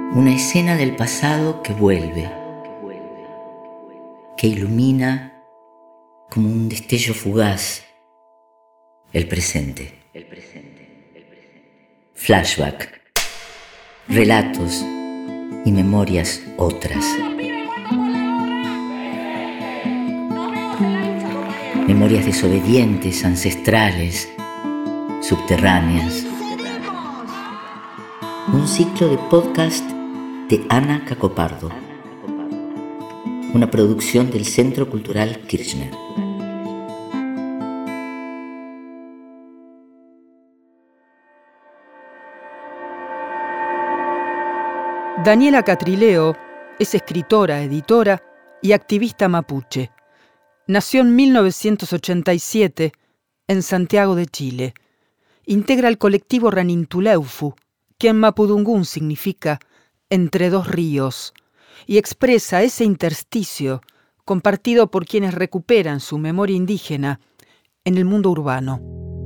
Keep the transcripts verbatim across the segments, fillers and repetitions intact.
Una escena del pasado que vuelve, que ilumina como un destello fugaz el presente. Flashback, relatos y memorias otras. Memorias desobedientes, ancestrales, subterráneas. Un ciclo de podcast de Ana Cacopardo. Una producción del Centro Cultural Kirchner. Daniela Catrileo es escritora, editora y activista mapuche. Nació en mil novecientos ochenta y siete en Santiago de Chile. Integra el colectivo Ranintuleufu, que en mapudungún significa entre dos ríos, y expresa ese intersticio compartido por quienes recuperan su memoria indígena en el mundo urbano.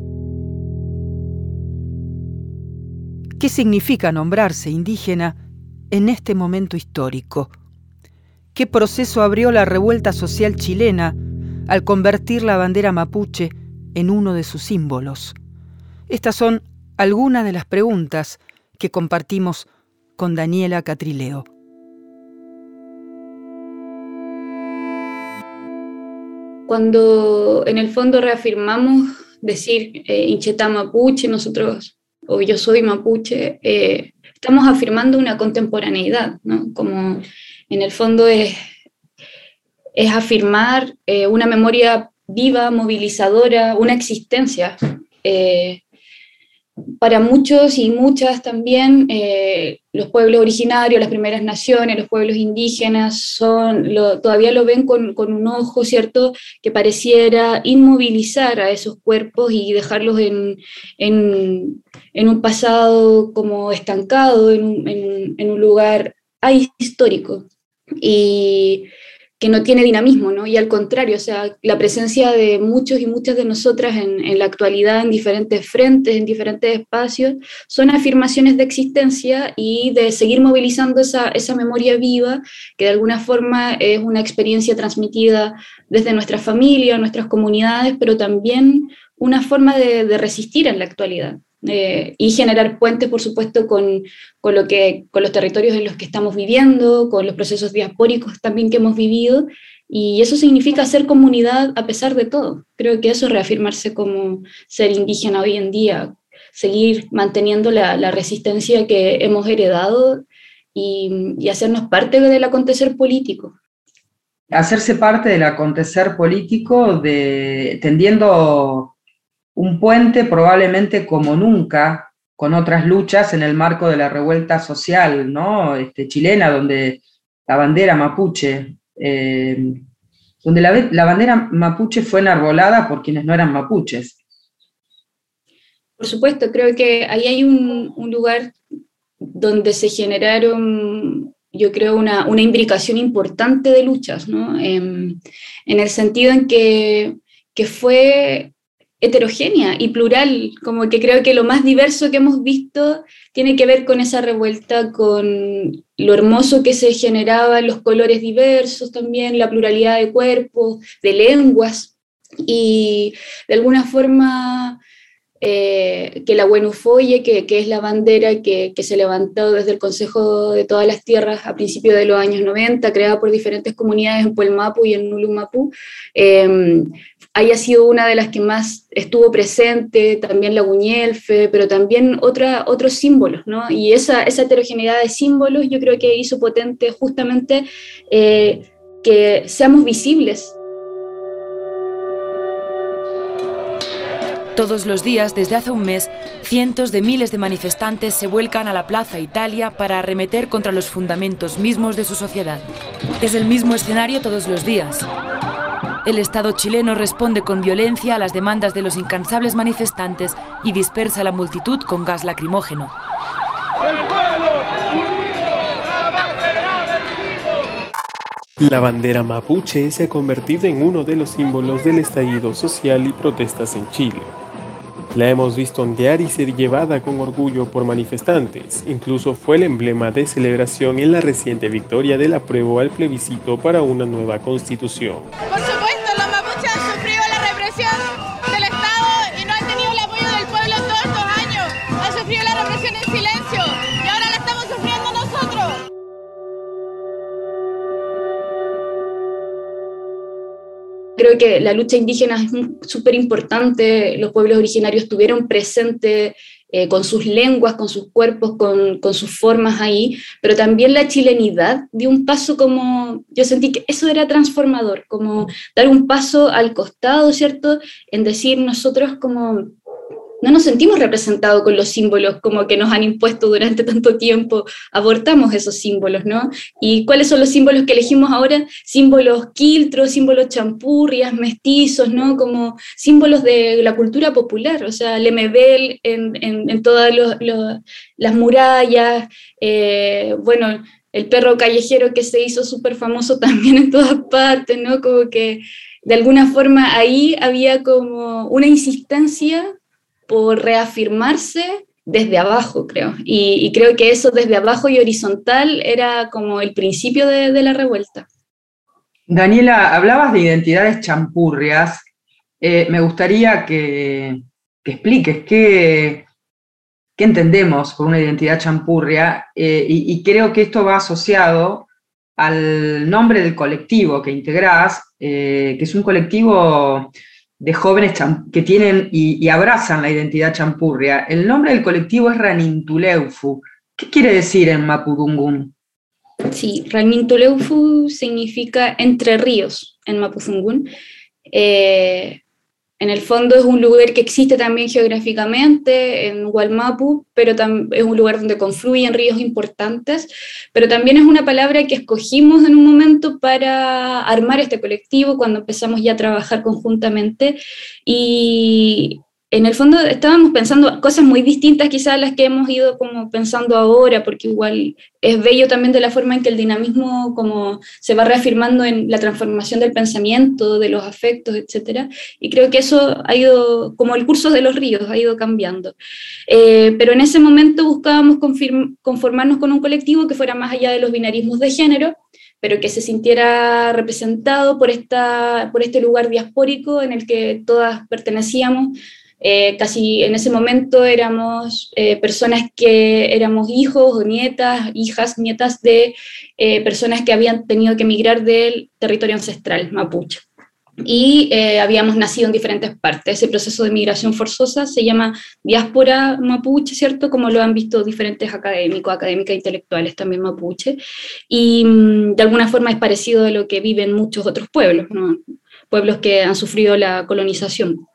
¿Qué significa nombrarse indígena en este momento histórico? ¿Qué proceso abrió la revuelta social chilena al convertir la bandera mapuche en uno de sus símbolos? Estas son algunas de las preguntas que compartimos con Daniela Catrileo. Cuando en el fondo reafirmamos decir eh, Inchetá Mapuche, nosotros, o yo soy mapuche, eh, estamos afirmando una contemporaneidad, ¿no? Como en el fondo es, es afirmar eh, una memoria viva, movilizadora, una existencia. Eh, para muchos y muchas también, eh, los pueblos originarios, las primeras naciones, los pueblos indígenas, son, lo, todavía lo ven con, con un ojo, ¿cierto?, que pareciera inmovilizar a esos cuerpos y dejarlos en, en, en un pasado como estancado, en un, en, en un lugar ahistórico. Y que no tiene dinamismo, ¿no? Y al contrario, o sea, la presencia de muchos y muchas de nosotras en, en la actualidad, en diferentes frentes, en diferentes espacios, son afirmaciones de existencia y de seguir movilizando esa, esa memoria viva, que de alguna forma es una experiencia transmitida desde nuestra familia, nuestras comunidades, pero también una forma de, de resistir en la actualidad. Eh, y generar puentes, por supuesto, con, con, lo que, con los territorios en los que estamos viviendo, con los procesos diaspóricos también que hemos vivido, y eso significa hacer comunidad a pesar de todo. Creo que eso es reafirmarse como ser indígena hoy en día, seguir manteniendo la, la resistencia que hemos heredado y, y hacernos parte del acontecer político. Hacerse parte del acontecer político, de, tendiendo un puente probablemente como nunca con otras luchas en el marco de la revuelta social, ¿no? este, chilena, donde la bandera mapuche, eh, donde la, la bandera mapuche fue enarbolada por quienes no eran mapuches. Por supuesto, creo que ahí hay un, un lugar donde se generaron, yo creo, una, una imbricación importante de luchas, ¿no? En, en el sentido en que, que fue heterogénea y plural, como que creo que lo más diverso que hemos visto tiene que ver con esa revuelta, con lo hermoso que se generaba, los colores diversos también, la pluralidad de cuerpos, de lenguas, y de alguna forma eh, que la Huenufoye, que, que es la bandera que, que se levantó desde el Consejo de Todas las Tierras a principios de los años noventa, creada por diferentes comunidades en Puelmapu y en Nulumapú, eh, haya sido una de las que más estuvo presente, también la Guñelfe, pero también otra, otros símbolos, ¿no? Y esa, esa heterogeneidad de símbolos yo creo que hizo potente justamente eh, que seamos visibles. Todos los días, desde hace un mes, cientos de miles de manifestantes se vuelcan a la Plaza Italia para arremeter contra los fundamentos mismos de su sociedad. Es el mismo escenario todos los días. El Estado chileno responde con violencia a las demandas de los incansables manifestantes y dispersa a la multitud con gas lacrimógeno. La bandera mapuche se ha convertido en uno de los símbolos del estallido social y protestas en Chile. La hemos visto ondear y ser llevada con orgullo por manifestantes. Incluso fue el emblema de celebración en la reciente victoria del apruebo al plebiscito para una nueva constitución. Por supuesto, los mapuches han sufrido la represión del Estado y no han tenido el apoyo del pueblo todos estos años. Han sufrido la represión en silencio y ahora la estamos sufriendo nosotros. Creo que la lucha indígena es súper importante, los pueblos originarios estuvieron presentes eh, con sus lenguas, con sus cuerpos, con, con sus formas ahí, pero también la chilenidad dio un paso como, yo sentí que eso era transformador, como dar un paso al costado, ¿cierto? En decir nosotros como no nos sentimos representados con los símbolos como que nos han impuesto durante tanto tiempo, abortamos esos símbolos, ¿no? ¿Y cuáles son los símbolos que elegimos ahora? Símbolos quiltros, símbolos champurrias, mestizos, ¿no? Como símbolos de la cultura popular, o sea, Lemebel en, en, en todas los, los, las murallas, eh, bueno, el perro callejero que se hizo súper famoso también en todas partes, ¿no? Como que de alguna forma ahí había como una insistencia por reafirmarse desde abajo, creo. Y, y creo que eso desde abajo y horizontal era como el principio de, de la revuelta. Daniela, hablabas de identidades champurrias. Eh, me gustaría que, que expliques qué, qué entendemos por una identidad champurria, eh, y, y creo que esto va asociado al nombre del colectivo que integrás, eh, que es un colectivo de jóvenes que tienen y, y abrazan la identidad champurria. El nombre del colectivo es Ranintuleufu. ¿Qué quiere decir en mapudungún? Sí, Ranintuleufu significa entre ríos en mapudungún. Eh, en el fondo es un lugar que existe también geográficamente en Wallmapu, pero es un lugar donde confluyen ríos importantes, pero también es una palabra que escogimos en un momento para armar este colectivo cuando empezamos ya a trabajar conjuntamente, y en el fondo estábamos pensando cosas muy distintas quizás a las que hemos ido como pensando ahora, porque igual es bello también de la forma en que el dinamismo como se va reafirmando en la transformación del pensamiento, de los afectos, etcétera, y creo que eso ha ido, como el curso de los ríos, ha ido cambiando. Eh, pero en ese momento buscábamos conformarnos con un colectivo que fuera más allá de los binarismos de género, pero que se sintiera representado por, esta, por este lugar diaspórico en el que todas pertenecíamos. Eh, casi en ese momento éramos eh, personas que éramos hijos o nietas, hijas, nietas de eh, personas que habían tenido que emigrar del territorio ancestral mapuche. Y eh, habíamos nacido en diferentes partes. Ese proceso de migración forzosa se llama diáspora mapuche, ¿cierto? Como lo han visto diferentes académicos, académicas intelectuales también mapuche. Y mm, de alguna forma es parecido a lo que viven muchos otros pueblos, ¿no? Pueblos que han sufrido la colonización.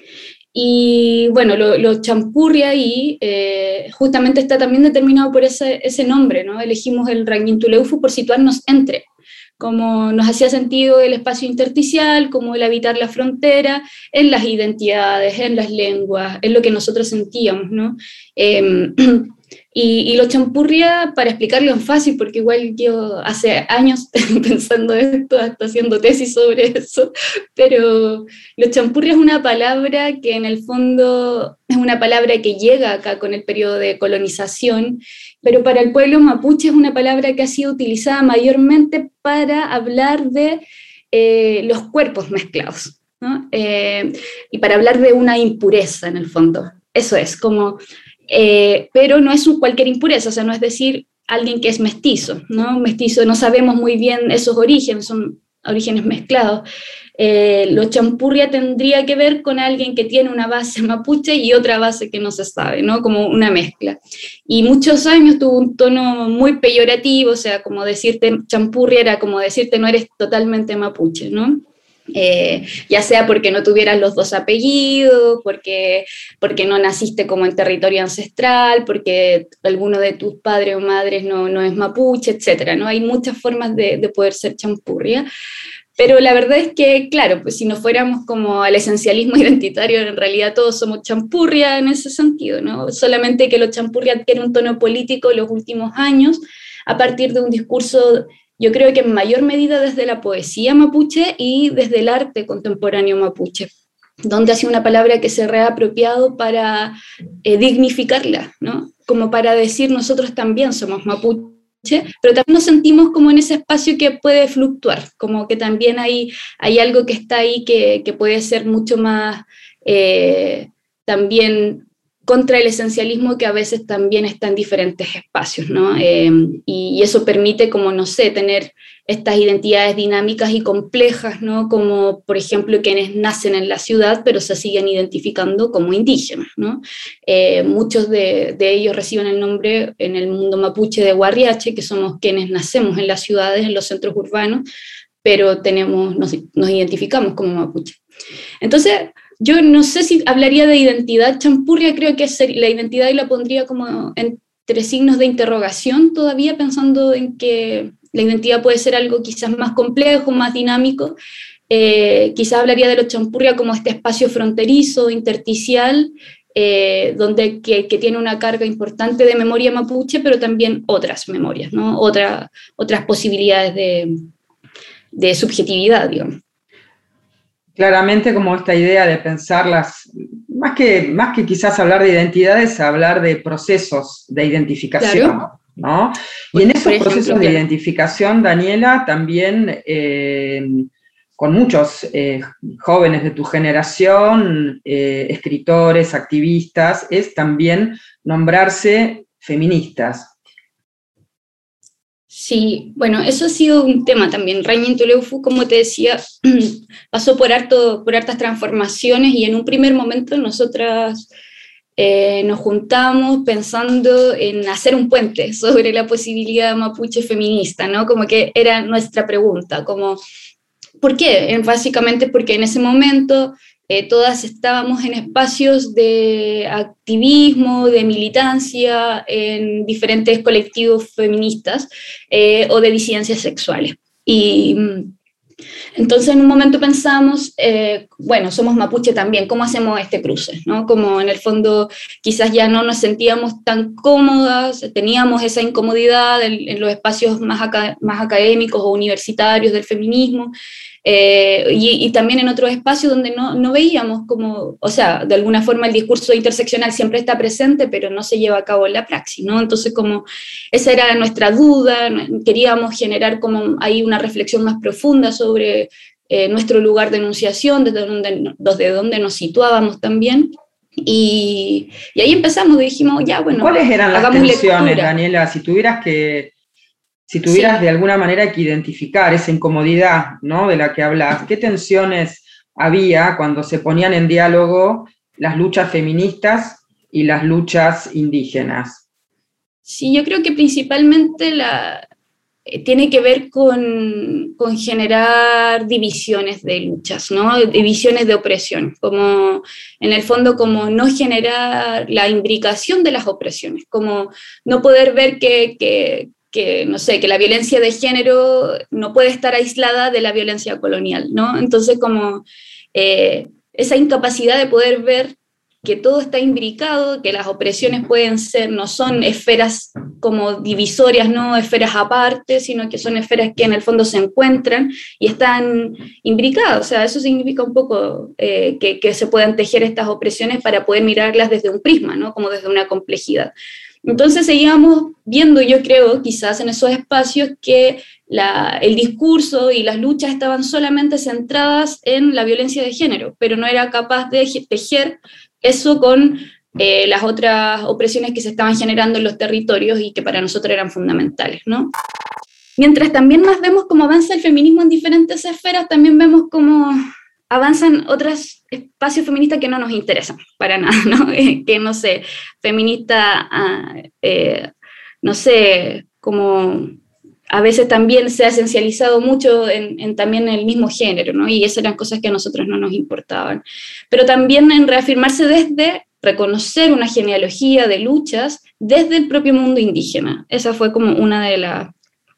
Y bueno, lo, lo champurria ahí eh, justamente está también determinado por ese, ese nombre, ¿no? Elegimos el Ranintuleufu por situarnos entre, como nos hacía sentido el espacio intersticial, como el habitar la frontera, en las identidades, en las lenguas, en lo que nosotros sentíamos, ¿no? Eh, Y, y lo champurria, para explicarlo en fácil, porque igual yo hace años pensando esto, hasta haciendo tesis sobre eso, pero lo champurria es una palabra que en el fondo es una palabra que llega acá con el periodo de colonización, pero para el pueblo mapuche es una palabra que ha sido utilizada mayormente para hablar de eh, los cuerpos mezclados, ¿no? Eh, y para hablar de una impureza en el fondo. Eso es, como... Eh, pero no es un cualquier impureza, o sea, no es decir alguien que es mestizo, ¿no? Mestizo, no sabemos muy bien esos orígenes, son orígenes mezclados. Eh, lo champurria tendría que ver con alguien que tiene una base mapuche y otra base que no se sabe, ¿no? Como una mezcla. Y muchos años tuvo un tono muy peyorativo, o sea, como decirte champurria era como decirte no eres totalmente mapuche, ¿no? Eh, ya sea porque no tuvieras los dos apellidos, porque, porque no naciste como en territorio ancestral, porque alguno de tus padres o madres no, no es mapuche, etcétera, ¿no? Hay muchas formas de, de poder ser champurria, pero la verdad es que, claro, pues si nos fuéramos como al esencialismo identitario, en realidad todos somos champurria en ese sentido, ¿no? Solamente que lo champurria adquiere un tono político en los últimos años, a partir de un discurso, yo creo que en mayor medida desde la poesía mapuche y desde el arte contemporáneo mapuche. donde ha sido una palabra que se ha reapropiado para eh, dignificarla, ¿no? Como para decir nosotros también somos mapuche, pero también nos sentimos como en ese espacio que puede fluctuar, como que también hay, hay algo que está ahí que, que puede ser mucho más eh, también contra el esencialismo que a veces también está en diferentes espacios, ¿no? Eh, y, y eso permite, como, no sé, tener estas identidades dinámicas y complejas, ¿no? Como, por ejemplo, quienes nacen en la ciudad, pero se siguen identificando como indígenas, ¿no? Eh, muchos de, de ellos reciben el nombre en el mundo mapuche de Huarriache, que somos quienes nacemos en las ciudades, en los centros urbanos, pero tenemos, nos, nos identificamos como mapuche. Entonces, yo no sé si hablaría de identidad champurria, creo que es la identidad y la pondría como entre signos de interrogación todavía, pensando en que la identidad puede ser algo quizás más complejo, más dinámico. Eh, quizás hablaría de lo champurria como este espacio fronterizo, intersticial, eh, donde, que, que tiene una carga importante de memoria mapuche, pero también otras memorias, ¿no? Otra, otras posibilidades de, de subjetividad, digamos. Claramente como esta idea de pensar las, más que, más que quizás hablar de identidades, hablar de procesos de identificación, claro, ¿no? Y en esos ejemplo, procesos de claro. identificación, Daniela, también eh, con muchos eh, jóvenes de tu generación, eh, escritores, activistas, es también nombrarse feministas. Sí, bueno, eso ha sido un tema también. Raña Intuleufu, como te decía, pasó por, harto, por hartas transformaciones y en un primer momento nosotras eh, nos juntamos pensando en hacer un puente sobre la posibilidad mapuche feminista, ¿no? Como que era nuestra pregunta, como, ¿por qué? Básicamente porque en ese momento eh, todas estábamos en espacios de activismo, de militancia, en diferentes colectivos feministas eh, o de disidencias sexuales. Y entonces en un momento pensamos, eh, bueno, somos mapuche también, ¿cómo hacemos este cruce? ¿No? Como en el fondo quizás ya no nos sentíamos tan cómodas, teníamos esa incomodidad en, en los espacios más, acá, más académicos o universitarios del feminismo, eh, y, y también en otros espacios donde no, no veíamos como, o sea, de alguna forma el discurso interseccional siempre está presente, pero no se lleva a cabo en la praxis, ¿no? Entonces como esa era nuestra duda, queríamos generar como ahí una reflexión más profunda sobre eh, nuestro lugar de enunciación, desde donde, desde donde nos situábamos también, y, y ahí empezamos, dijimos, ya, bueno, ¿cuáles eran las tensiones, lectura? Daniela, si tuvieras que Si tuvieras sí. de alguna manera que identificar esa incomodidad, ¿no?, de la que hablas, ¿qué tensiones había cuando se ponían en diálogo las luchas feministas y las luchas indígenas? Sí, yo creo que principalmente la, eh, tiene que ver con, con generar divisiones de luchas, ¿no? Divisiones de opresión, como en el fondo como no generar la imbricación de las opresiones, como no poder ver que... que que, no sé, que la violencia de género no puede estar aislada de la violencia colonial, ¿no? Entonces, como eh, esa incapacidad de poder ver que todo está imbricado, que las opresiones pueden ser, no son esferas como divisorias, no esferas aparte, sino que son esferas que en el fondo se encuentran y están imbricadas. O sea, eso significa un poco eh, que, que se puedan tejer estas opresiones para poder mirarlas desde un prisma, ¿no? Como desde una complejidad. Entonces seguíamos viendo, yo creo, quizás en esos espacios que la, el discurso y las luchas estaban solamente centradas en la violencia de género, pero no era capaz de tejer eso con eh, las otras opresiones que se estaban generando en los territorios y que para nosotros eran fundamentales, ¿no? Mientras también más vemos cómo avanza el feminismo en diferentes esferas, también vemos cómo avanzan otros espacios feministas que no nos interesan para nada, ¿no? Que, no sé, feminista, eh, no sé, como a veces también se ha esencializado mucho en, en también el mismo género, ¿no? Y esas eran cosas que a nosotros no nos importaban. Pero también en reafirmarse desde reconocer una genealogía de luchas desde el propio mundo indígena. Esa fue como una de las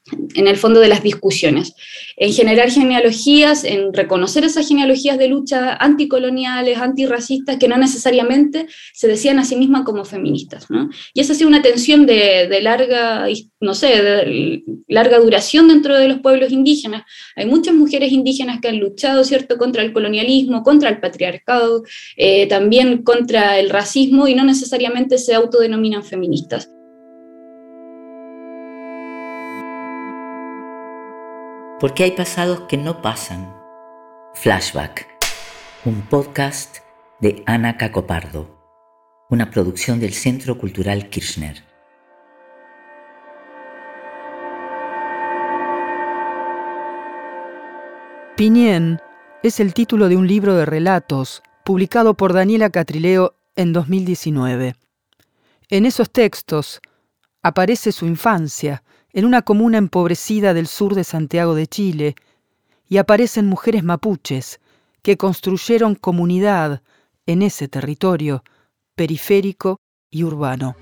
en el fondo de las discusiones, en generar genealogías, en reconocer esas genealogías de lucha anticoloniales, antirracistas, que no necesariamente se decían a sí mismas como feministas, ¿no? Y esa ha sido una tensión de, de larga, no sé, de larga duración dentro de los pueblos indígenas. Hay muchas mujeres indígenas que han luchado, ¿cierto?, contra el colonialismo, contra el patriarcado, eh, también contra el racismo, y no necesariamente se autodenominan feministas. Porque hay pasados que no pasan. Flashback, un podcast de Ana Cacopardo, una producción del Centro Cultural Kirchner. Piñén es el título de un libro de relatos publicado por Daniela Catrileo en dos mil diecinueve. En esos textos aparece su infancia en una comuna empobrecida del sur de Santiago de Chile, y aparecen mujeres mapuches que construyeron comunidad en ese territorio periférico y urbano.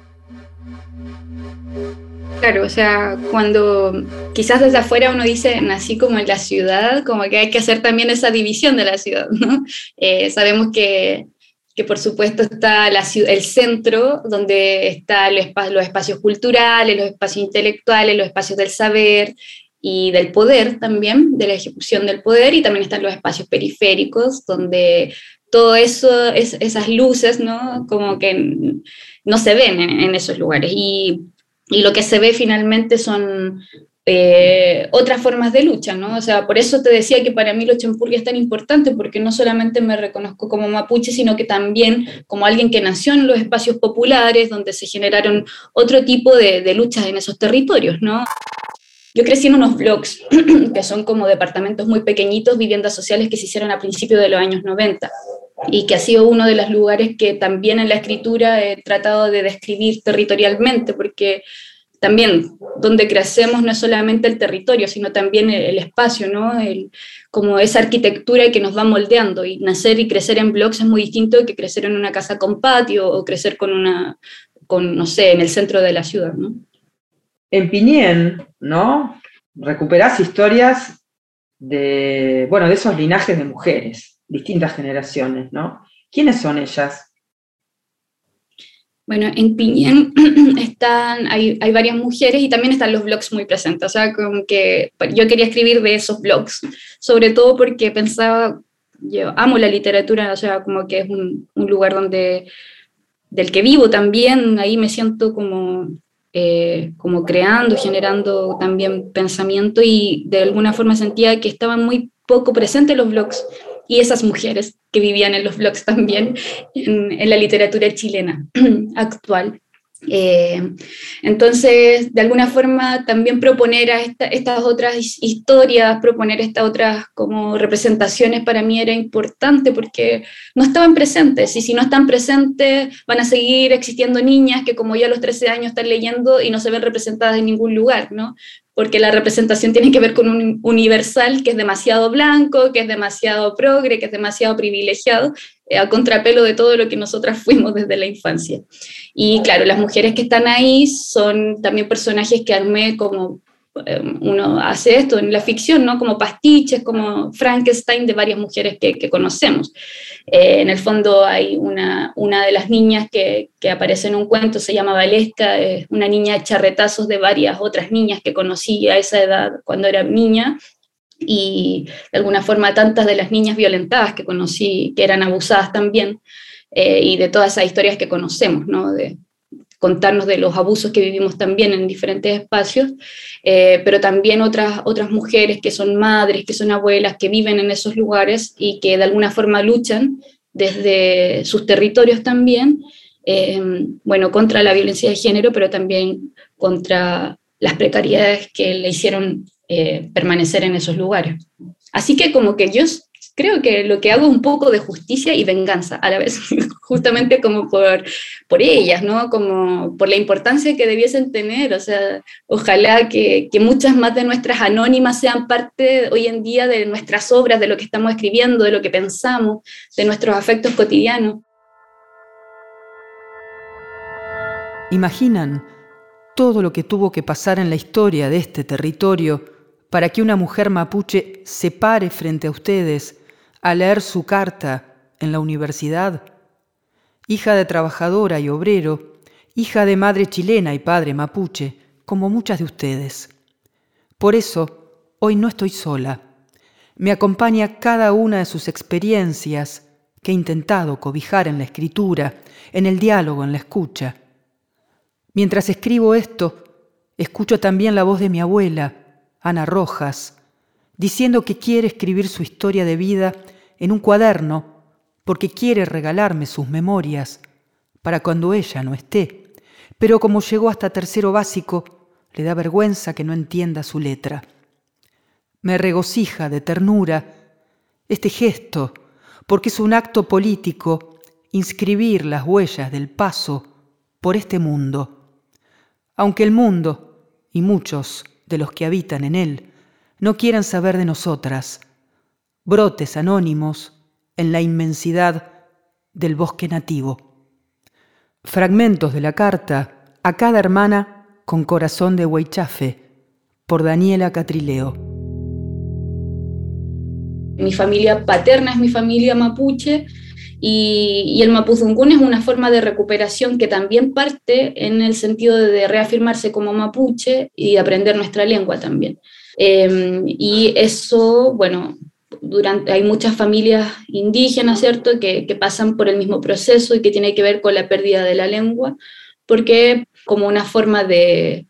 Claro, o sea, cuando quizás desde afuera uno dice nací como en la ciudad, como que hay que hacer también esa división de la ciudad, ¿no? Eh, sabemos que que por supuesto está la, el centro, donde están los, los espacios culturales, los espacios intelectuales, los espacios del saber y del poder también, de la ejecución del poder, y también están los espacios periféricos, donde todo eso, es, esas luces, ¿no?, como que no se ven en, en esos lugares, y, y lo que se ve finalmente son Eh, otras formas de lucha, ¿no? O sea, por eso te decía que para mí lo champurria es tan importante, porque no solamente me reconozco como mapuche, sino que también como alguien que nació en los espacios populares, donde se generaron otro tipo de, de luchas en esos territorios, ¿no? Yo crecí en unos blogs, que son como departamentos muy pequeñitos, viviendas sociales que se hicieron a principios de los años noventa, y que ha sido uno de los lugares que también en la escritura he tratado de describir territorialmente, porque también donde crecemos no es solamente el territorio, sino también el, el espacio, ¿no? El, como esa arquitectura que nos va moldeando, y nacer y crecer en blogs es muy distinto que crecer en una casa con patio o crecer con una, con, no sé, en el centro de la ciudad, ¿no? En Piñén, ¿no?, recuperás historias de, bueno, de esos linajes de mujeres, distintas generaciones, ¿no? ¿Quiénes son ellas? Bueno, en Piñén están, hay, hay varias mujeres, y también están los blogs muy presentes, o sea, como que yo quería escribir de esos blogs, sobre todo porque pensaba, yo amo la literatura, o sea, como que es un, un lugar donde, del que vivo también, ahí me siento como, eh, como creando, generando también pensamiento, y de alguna forma sentía que estaban muy poco presentes los blogs, y esas mujeres que vivían en los blogs también en, en la literatura chilena actual. Eh, entonces, de alguna forma, también proponer a esta, estas otras historias, proponer estas otras como representaciones para mí era importante, porque no estaban presentes, y si no están presentes van a seguir existiendo niñas que como yo a los trece años están leyendo y no se ven representadas en ningún lugar, ¿no? Porque la representación tiene que ver con un universal que es demasiado blanco, que es demasiado progre, que es demasiado privilegiado, eh, a contrapelo de todo lo que nosotras fuimos desde la infancia. Y claro, las mujeres que están ahí son también personajes que armé como, eh, uno hace esto en la ficción, ¿no?, como pastiches, como Frankenstein de varias mujeres que, que conocemos. Eh, en el fondo hay una, una de las niñas que, que aparece en un cuento, se llama Valesca, es una niña hecha retazos de varias otras niñas que conocí a esa edad cuando era niña, y de alguna forma tantas de las niñas violentadas que conocí, que eran abusadas también, eh, y de todas esas historias que conocemos, ¿no?, de contarnos de los abusos que vivimos también en diferentes espacios, eh, pero también otras, otras mujeres que son madres, que son abuelas, que viven en esos lugares y que de alguna forma luchan desde sus territorios también, eh, bueno, contra la violencia de género, pero también contra las precariedades que le hicieron eh, permanecer en esos lugares. Así que como que yo creo que lo que hago es un poco de justicia y venganza a la vez, justamente como por, por ellas, ¿no? Como por la importancia que debiesen tener, o sea, ojalá que, que muchas más de nuestras anónimas sean parte hoy en día de nuestras obras, de lo que estamos escribiendo, de lo que pensamos, de nuestros afectos cotidianos. ¿Imaginan todo lo que tuvo que pasar en la historia de este territorio para que una mujer mapuche se pare frente a ustedes a leer su carta en la universidad? Hija de trabajadora y obrero, hija de madre chilena y padre mapuche, como muchas de ustedes. Por eso, hoy no estoy sola. Me acompaña cada una de sus experiencias que he intentado cobijar en la escritura, en el diálogo, en la escucha. Mientras escribo esto, escucho también la voz de mi abuela, Ana Rojas, diciendo que quiere escribir su historia de vida en un cuaderno porque quiere regalarme sus memorias para cuando ella no esté. Pero como llegó hasta tercero básico, le da vergüenza que no entienda su letra. Me regocija de ternura este gesto, porque es un acto político inscribir las huellas del paso por este mundo. Aunque el mundo, y muchos de los que habitan en él, no quieran saber de nosotras, brotes anónimos en la inmensidad del bosque nativo. Fragmentos de la carta a cada hermana con corazón de Huaychafe, por Daniela Catrileo. Mi familia paterna es mi familia mapuche y, y el mapuzungún es una forma de recuperación que también parte en el sentido de reafirmarse como mapuche y de aprender nuestra lengua también. Eh, y eso, bueno, durante, hay muchas familias indígenas, ¿cierto?, que, que pasan por el mismo proceso y que tiene que ver con la pérdida de la lengua, porque como una forma de...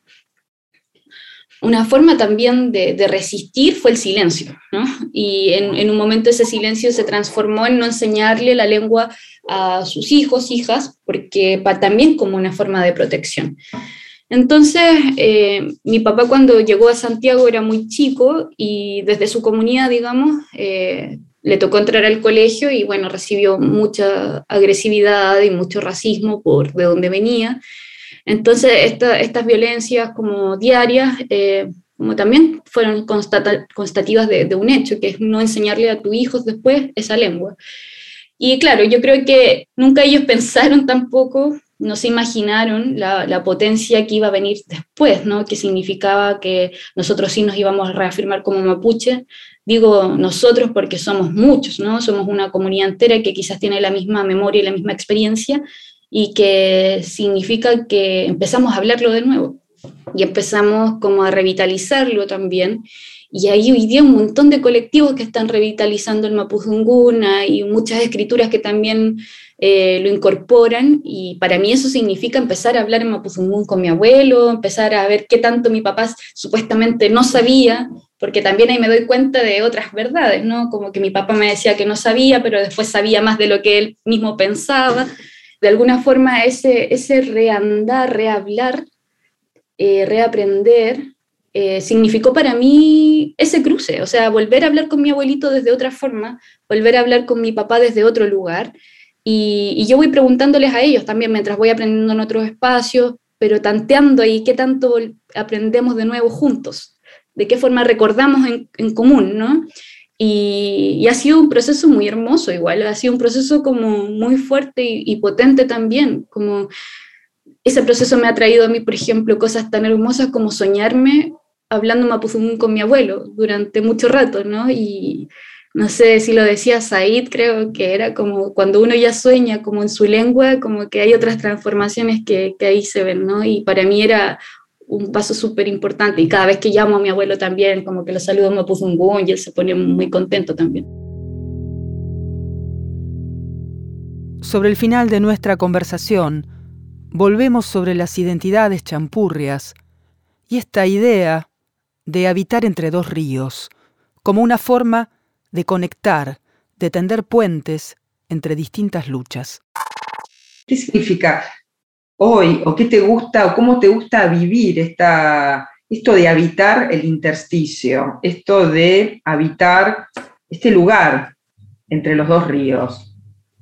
Una forma también de, de resistir fue el silencio, ¿no? Y en, en un momento ese silencio se transformó en no enseñarle la lengua a sus hijos, hijas, porque pa, también como una forma de protección. Entonces, eh, mi papá cuando llegó a Santiago era muy chico y desde su comunidad, digamos, eh, le tocó entrar al colegio y, bueno, recibió mucha agresividad y mucho racismo por de donde venía. Entonces, esta, estas violencias como diarias, eh, como también fueron constata, constativas de, de un hecho, que es no enseñarle a tus hijos después esa lengua. Y claro, yo creo que nunca ellos pensaron tampoco, no se imaginaron la, la potencia que iba a venir después, ¿no? Que significaba que nosotros sí nos íbamos a reafirmar como mapuche. Digo nosotros porque somos muchos, ¿no? Somos una comunidad entera que quizás tiene la misma memoria y la misma experiencia, y que significa que empezamos a hablarlo de nuevo y empezamos como a revitalizarlo también. Y hay hoy día un montón de colectivos que están revitalizando el mapuzungún y muchas escrituras que también eh, lo incorporan, y para mí eso significa empezar a hablar en mapuzungún con mi abuelo, empezar a ver qué tanto mi papá supuestamente no sabía, porque también ahí me doy cuenta de otras verdades, ¿no? Como que mi papá me decía que no sabía, pero después sabía más de lo que él mismo pensaba. De alguna forma ese, ese reandar, rehablar, eh, reaprender, eh, significó para mí ese cruce, o sea, volver a hablar con mi abuelito desde otra forma, volver a hablar con mi papá desde otro lugar, y, y yo voy preguntándoles a ellos también mientras voy aprendiendo en otros espacios, pero tanteando ahí qué tanto aprendemos de nuevo juntos, de qué forma recordamos en, en común, ¿no? Y, y ha sido un proceso muy hermoso igual, ha sido un proceso como muy fuerte y, y potente también, como ese proceso me ha traído a mí, por ejemplo, cosas tan hermosas como soñarme hablando mapuzungún con mi abuelo durante mucho rato, ¿no? Y no sé si lo decía Said, creo que era como cuando uno ya sueña como en su lengua, como que hay otras transformaciones que, que ahí se ven, ¿no? Y para mí era un paso súper importante, y cada vez que llamo a mi abuelo también, como que lo saludo en mapuzungún y él se pone muy contento también. Sobre el final de nuestra conversación, volvemos sobre las identidades champurrias y esta idea de habitar entre dos ríos, como una forma de conectar, de tender puentes entre distintas luchas. ¿Qué significa hoy, o qué te gusta, o cómo te gusta vivir esta, esto de habitar el intersticio, esto de habitar este lugar entre los dos ríos?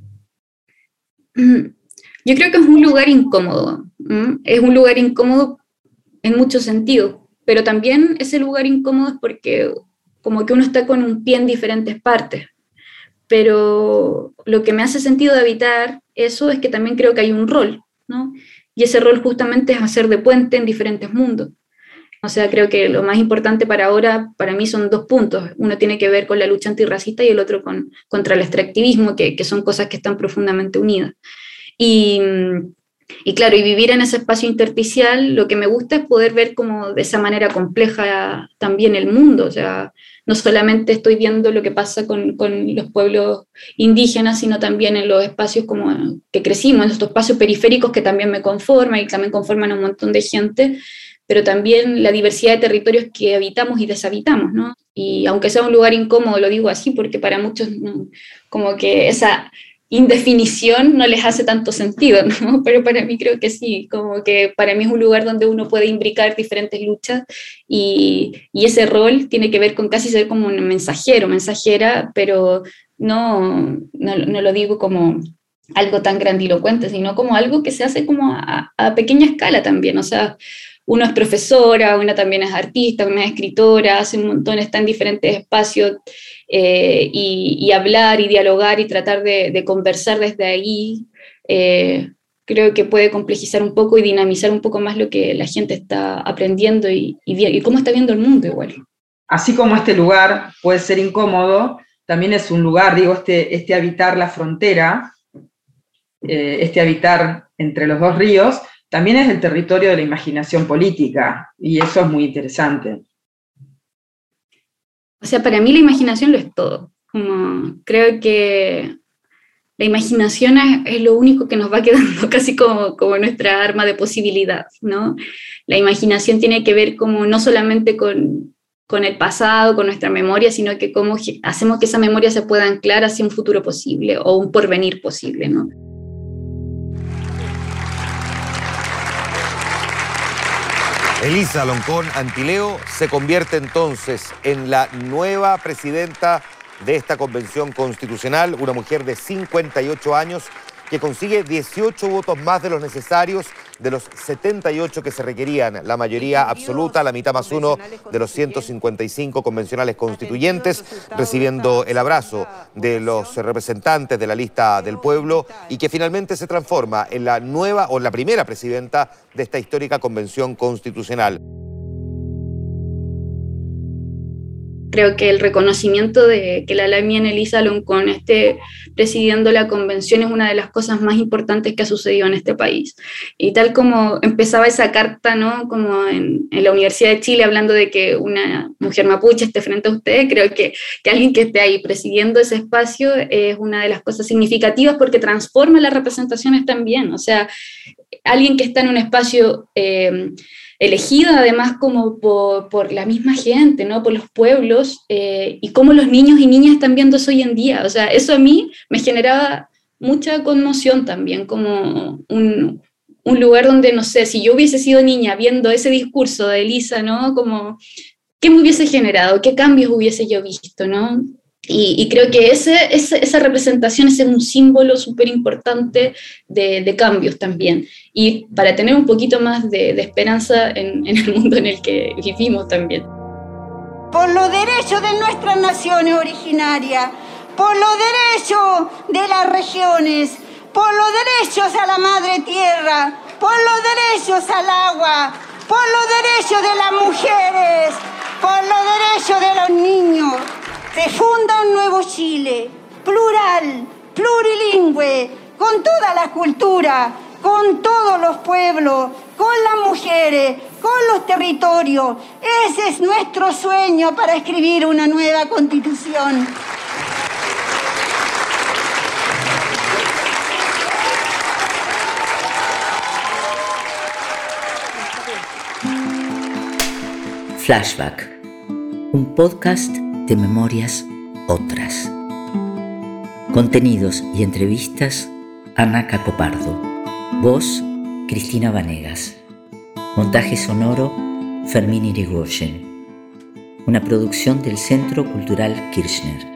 Yo creo que es un lugar incómodo, ¿m? Es un lugar incómodo en muchos sentidos, pero también ese lugar incómodo es porque como que uno está con un pie en diferentes partes, pero lo que me hace sentido de habitar eso es que también creo que hay un rol, ¿no? y ese rol justamente es hacer de puente en diferentes mundos. O sea, creo que lo más importante para ahora, para mí, son dos puntos. Uno tiene que ver con la lucha antirracista y el otro con, contra el extractivismo, que, que son cosas que están profundamente unidas. Y, y claro, y vivir en ese espacio intersticial, lo que me gusta es poder ver como de esa manera compleja también el mundo. O sea, no solamente estoy viendo lo que pasa con, con los pueblos indígenas, sino también en los espacios como que crecimos, en estos espacios periféricos que también me conforman y también conforman a un montón de gente, pero también la diversidad de territorios que habitamos y deshabitamos, ¿no? Y aunque sea un lugar incómodo, lo digo así, porque para muchos no, como que esa indefinición no les hace tanto sentido, ¿no? Pero para mí creo que sí, como que para mí es un lugar donde uno puede imbricar diferentes luchas y, y ese rol tiene que ver con casi ser como un mensajero, mensajera, pero no, no, no lo digo como algo tan grandilocuente, sino como algo que se hace como a, a pequeña escala también, o sea, uno es profesora, una también es artista, una es escritora, hace un montón, está en diferentes espacios, eh, y, y hablar y dialogar y tratar de, de conversar desde ahí, eh, creo que puede complejizar un poco y dinamizar un poco más lo que la gente está aprendiendo y, y, y cómo está viendo el mundo igual. Así como este lugar puede ser incómodo, también es un lugar, digo, este, este habitar la frontera, eh, este habitar entre los dos ríos, también es el territorio de la imaginación política, y eso es muy interesante. O sea, para mí la imaginación lo es todo. Como, creo que la imaginación es, es lo único que nos va quedando casi como, como nuestra arma de posibilidad, ¿no? La imaginación tiene que ver como no solamente con, con el pasado, con nuestra memoria, sino que cómo hacemos que esa memoria se pueda anclar hacia un futuro posible o un porvenir posible, ¿no? Elisa Loncón Antileo se convierte entonces en la nueva presidenta de esta convención constitucional, una mujer de cincuenta y ocho años que consigue dieciocho votos más de los necesarios de los setenta y ocho que se requerían, la mayoría absoluta, la mitad más uno de los ciento cincuenta y cinco convencionales constituyentes, recibiendo el abrazo de los representantes de la lista del pueblo y que finalmente se transforma en la nueva o la primera presidenta de esta histórica convención constitucional. Creo que el reconocimiento de que la Lamien Elisa Loncón esté presidiendo la convención es una de las cosas más importantes que ha sucedido en este país. Y tal como empezaba esa carta, ¿no? Como en, en la Universidad de Chile, hablando de que una mujer mapuche esté frente a usted, creo que, que alguien que esté ahí presidiendo ese espacio es una de las cosas significativas porque transforma las representaciones también. O sea, alguien que está en un espacio Eh, elegida además como por, por la misma gente, ¿no? Por los pueblos, eh, y cómo los niños y niñas están viendo eso hoy en día. O sea, eso a mí me generaba mucha conmoción también, como un, un lugar donde, no sé, si yo hubiese sido niña viendo ese discurso de Elisa, ¿no? Como, ¿qué me hubiese generado? ¿Qué cambios hubiese yo visto, ¿no? Y, y creo que ese, ese, esa representación es un símbolo súper importante de, de cambios también. Y para tener un poquito más de, de esperanza en, en el mundo en el que vivimos también. Por los derechos de nuestras naciones originarias, por los derechos de las regiones, por los derechos a la madre tierra, por los derechos al agua, por los derechos de las mujeres, por los derechos de los niños. Se funda un nuevo Chile, plural, plurilingüe, con toda la cultura, con todos los pueblos, con las mujeres, con los territorios. Ese es nuestro sueño para escribir una nueva constitución. Flashback, un podcast de Memorias Otras. Contenidos y entrevistas, Ana Cacopardo. Voz, Cristina Vanegas. Montaje sonoro, Fermín Irigoyen. Una producción del Centro Cultural Kirchner.